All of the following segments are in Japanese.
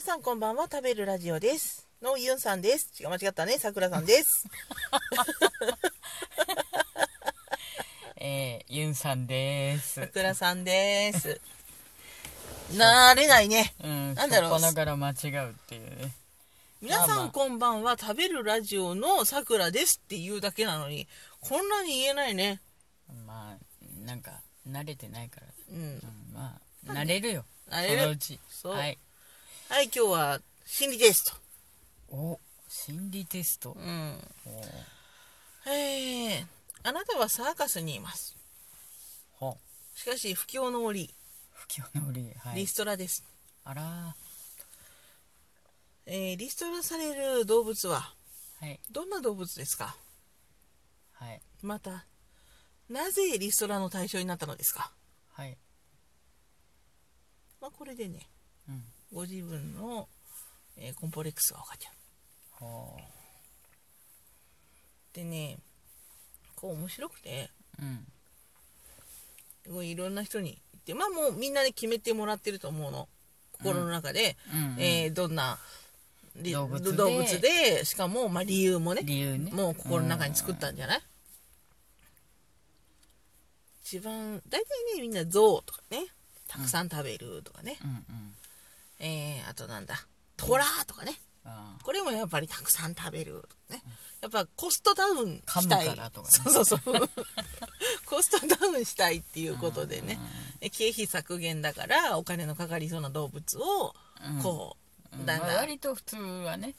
さんこんばんは。食べるラジオですのユンさんです。違う、間違ったね。さくらさんですユンさんでさす。 くらさんです慣れないね。なんだろう、 こながら間違うっていうね。 皆さまあまあんこんばんは。食べるラジオのさくらですっていうだけなのにこんなに言えないね。 まあなんか慣れてないから、まあ慣れるよ、 慣れるそのうち。 そうはい。 はい、今日は心理テスト。 お、心理テスト。おあなたはサーカスにいます。 ほしかし不況の折、 不況の折、はい。 リストラです。 あらリストラされる動物はー、はいどんな動物ですか？ はい。 またなぜリストラの対象になったのですか？ はい。 これでね、 うんご自分の、コンプレックスが分かっちゃう。 ほでね、こう面白くて、 う。 こういろんな人に言って、もうみんなで決めてもらってると思うの、心の中で、どんな動物で、しかも、理由もね、もう心の中に作ったんじゃない？一番大体ね、みんな象とかね、たくさん食べるとかね、あとなんだ、トラとかね、これもやっぱりたくさん食べるとかね、やっぱコストダウンしたい、 とかね、 そうコストダウンしたいっていうことでね、経費削減だからお金のかかりそうな動物をこう、だんだん、 割と普通はね、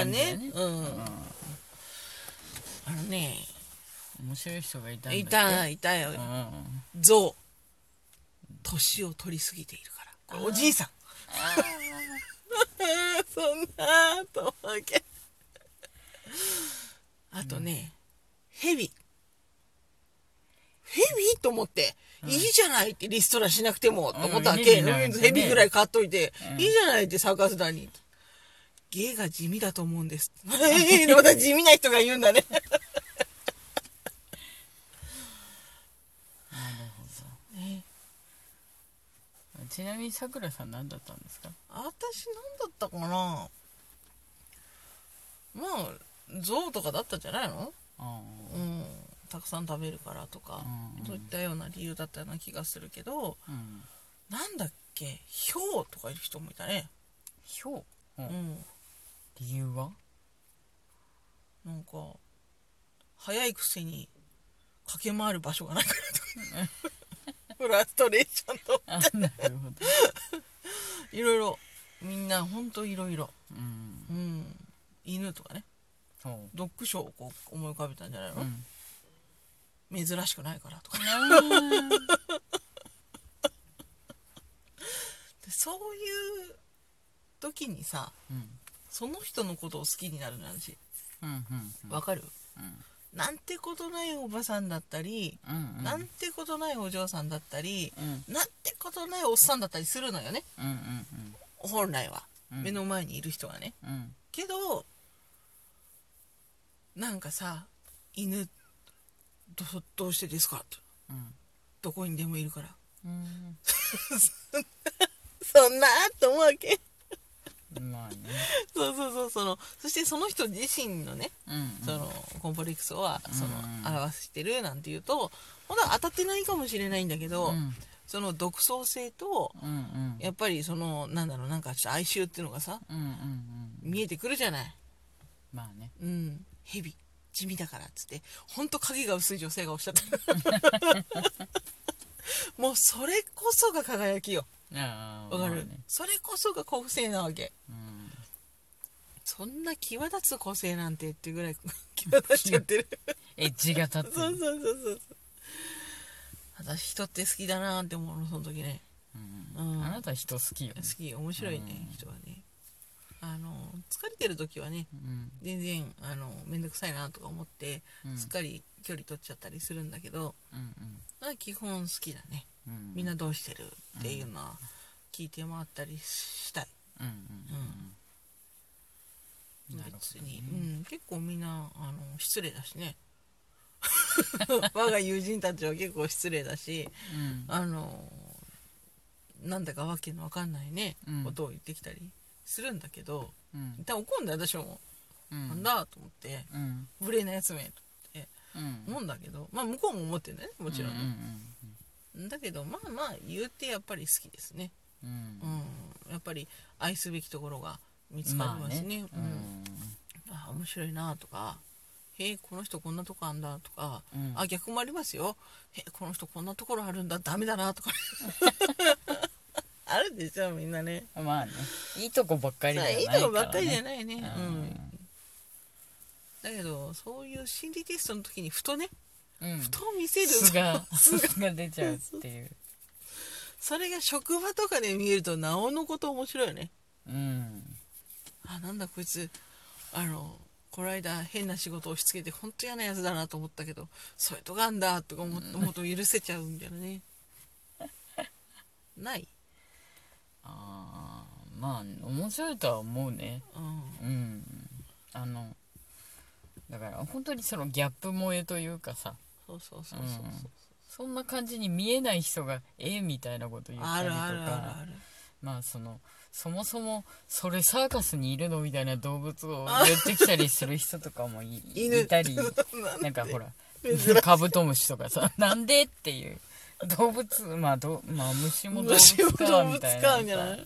面白い人がいたんだっけ？ いたよ、象、年を取りすぎているから、これおじいさんそんなと思うわけ。あとね、ヘビと思って、いいじゃないってリストラしなくてもと思ったわけ。ヘビぐらい買っといて、いいじゃないってサーカス団に。芸が地味だと思うんです。また地味な人が言うんだね。 なるほど。ちなみにさくらさん何だったんですか？ 私何だったかな。象とかだったんじゃないの？たくさん食べるからとか、そういったような理由だったような気がするけど、なんだっけ、ヒョウとかいる人もいたね。 ヒョウ？理由は？ なんか早いくせに駆け回る場所がないからとかフラストレーションとなるほどいろいろ、みんなほんといろいろ、犬とかね、ドッグショーをこう思い浮かべたんじゃないの？珍しくないからとかで、そういう時にさ、その人のことを好きになるなんし、わかる？なんてことないおばさんだったり、なんてことないお嬢さんだったり、なんてことないおっさんだったりするのよね、本来は、目の前にいる人がね、けどなんかさ、犬どうしてですかと、どこにでもいるから、そんなと思うわけ。 まあね、 そしてその人自身のね、そのコンプレックスは表してるなんていうと、本当は当たってないかもしれないんだけど、その独創性と、やっぱりそのなんだろう、なんかちょっと哀愁っていうのがさ、見えてくるじゃない。 まあね、 ヘビ地味だからっつって、ほんと影が薄い女性がおっしゃったもうそれこそが輝きよ。わかる、それこそが個性なわけ。そんな際立つ個性なんてっていうぐらい際立っちゃってるエッジが立ってる。 そう私人って好きだなって思うの、その時ね。 あなた人好きよね。 好き、面白いね、人はね。疲れてる時はね、全然めんどくさいなとか思って、すっかり距離取っちゃったりするんだけど、基本好きだね。みんなどうしてるっていうのは聞いて回ったりしたい。別に、結構みんな失礼だしね我が友人たちは結構失礼だし、なんだかわけのわかんないね、ことを言ってきたりするんだけど、 うん一旦怒るんだよ私も、なんだと思って、無礼なやつめと思って思うんだけど、まあ向こうも思ってるねもちろんね、だけどまあまあ言うてやっぱり好きですね、やっぱり愛すべきところが見つかりますね、あ面白いなとか、へえこの人こんなとこあんだとか、あ逆もありますよ、へえこの人こんなところあるんだダメだなとかあるでしょみんなね。 まあね、いいとこばっかりじゃないから、ね、 いいとこばっかりじゃないね、だけどそういう心理テストの時にふとね、ふと見せる素が出ちゃうっていうそれが職場とかで見えるとなおのこと面白いよね。あなんだこいつこの間変な仕事を押し付けて本当嫌なやつだなと思ったけどそういうとこあんだとか思うと許せちゃうみたいなねない。 まあ面白いとは思うね。だから本当にそのギャップ萌えというかさ、 そうそんな感じに見えない人がみたいなこと言ったりとか、まあそもそもそれサーカスにいるのみたいな動物を言ってきたりする人とかも いたりなんかほらカブトムシとかさなんでっていう動物まあ虫も動物かみたいな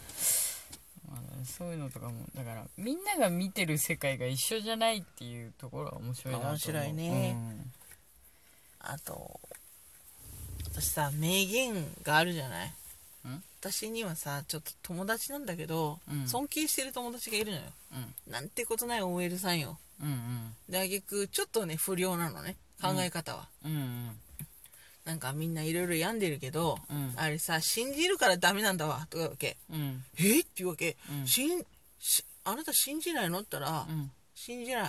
そういうのとかもだからみんなが見てる世界が一緒じゃないっていうところは面白いなと思う。 面白いね、あと私さ名言があるじゃない。私にはさちょっと友達なんだけど、尊敬してる友達がいるのよ、なんてことない OL さんよ、で挙句ちょっとね不良なのね考え方は、なんかみんないろいろ病んでるけど、あれさ信じるからダメなんだわとか言うわけ、っていうわけ、あなた信じないのって言ったら、信じない、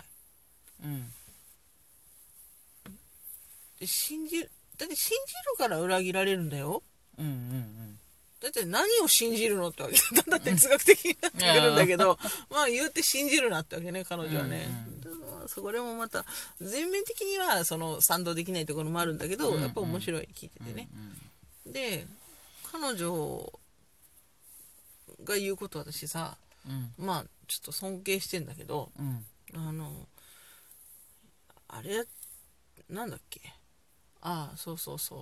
でだって信じるから裏切られるんだよ、だって何を信じるのってわけだんだん哲学的になってくるんだけどまあ言うて信じるなってわけね彼女はね、それもまた全面的にはその賛同できないところもあるんだけど、やっぱ面白い聞いててね、で彼女が言うことは私さ、まあちょっと尊敬してんだけど、あれなんだっけ、そう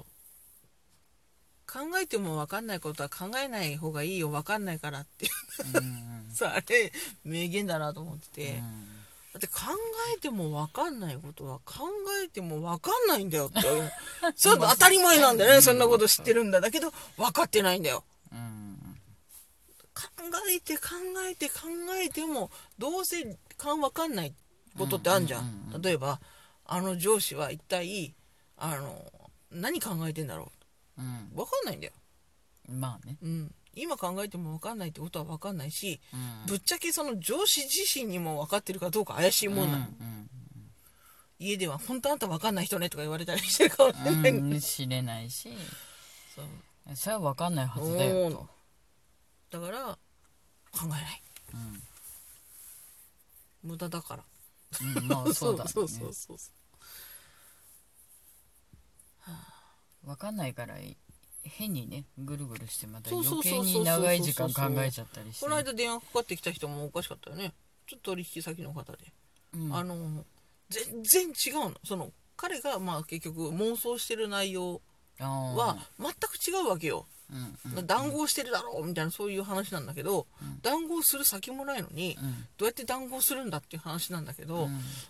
考えても分かんないことは考えない方がいいよ分かんないからってさあれ名言だなと思ってて、だって考えても分かんないことは考えても分かんないんだよってそれは当たり前なんだよね、そんなこと知ってるんだけど分かってないんだよ、考えてもどうせ分かんないことってあるじゃん、例えば上司は一体何考えてんだろう、分かんないんだよ、 まあね、 今考えても分かんないってことは分かんないし、ぶっちゃけその上司自身にも分かってるかどうか怪しいもんなの、家では本当あんた分かんない人ねとか言われたりしてるかもしれない、 知れないし、それは分かんないはずだよと、 だから考えない、無駄だから、 まあそうだね分かんないから変にねぐるぐるしてまた余計に長い時間考えちゃったりして、 この間電話かかってきた人もおかしかったよね、ちょっと取引先の方で、全然違うの、その彼がまあ結局妄想してる内容は全く違うわけよ、談合してるだろうみたいなそういう話なんだけど、談合する先もないのに、どうやって談合するんだっていう話なんだけど、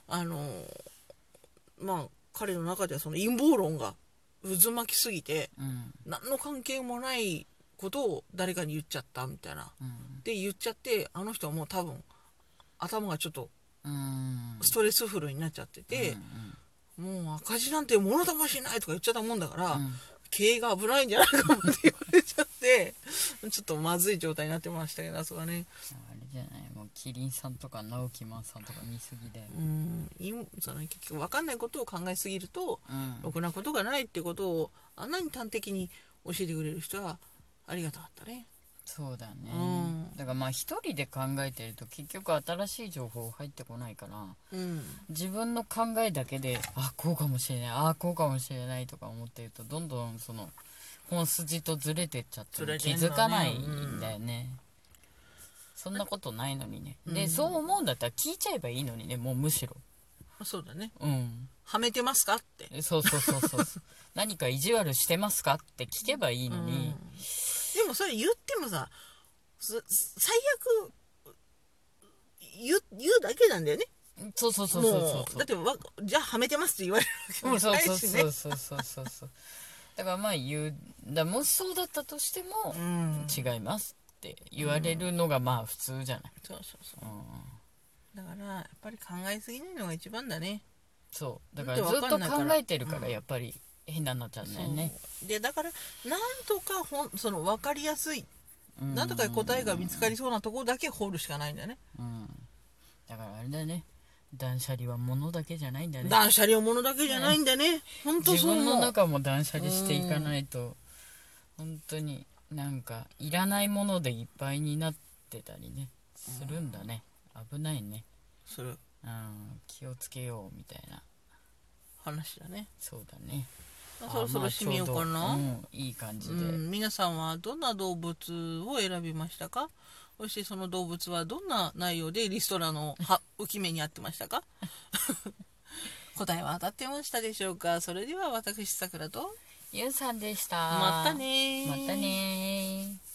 まあ彼の中ではその陰謀論が渦巻きすぎて、何の関係もないことを誰かに言っちゃったみたいな、で言っちゃってあの人はもう多分頭がちょっとストレスフルになっちゃってて、もう赤字なんて物魂ないとか言っちゃったもんだから、経営が危ないんじゃないかもって言われちゃってちょっとまずい状態になってましたけど、あそこはねあれじゃない、もうキリンさんとか直木マンさんとか見すぎだよ、 その結局分かんないことを考えすぎると、ろくなことがないってことをあんなに端的に教えてくれる人はありがたかったね。 そうだね、だからまあ一人で考えてると結局新しい情報入ってこないから、自分の考えだけでこうかもしれないこうかもしれないとか思ってるとどんどんその本筋とずれてっちゃって気づかないんだよね、 そんなことないのにね、でそう思うんだったら聞いちゃえばいいのにね、もうむしろ。 そうだね。 うんはめてますかって。 そう何か意地悪してますかって聞けばいいのに、 でもそれ言ってもさ、最悪言うだけなんだよね。 そうだってじゃあはめてますって言われるわけじゃないしね。 そうだからまあもしそうだったとしても、違いますって言われるのがまあ普通じゃない。 そう、だからやっぱり考えすぎないのが一番だね。 そうだからずっと考えてるからやっぱり変なになっちゃうんだよね。 でだからなんとかその分かりやすい、なんとか答えが見つかりそうなところだけ掘るしかないんだね。 だからあれだね、断捨離は物だけじゃないんだね。 断捨離は物だけじゃないんだね。本当そう。 自分の中も断捨離していかないと、本当になんかいらないものでいっぱいになってたりねするんだね。危ないね。 それ、 気をつけようみたいな話だね。 そうだね。 そろそろ締めようかな。 いい感じで、 皆さんはどんな動物を選びましたか？そしてその動物はどんな内容でリストラの浮き目にあってましたか？答えは当たってましたでしょうか？それでは私さくらとゆうさんでした。 またね。 またね。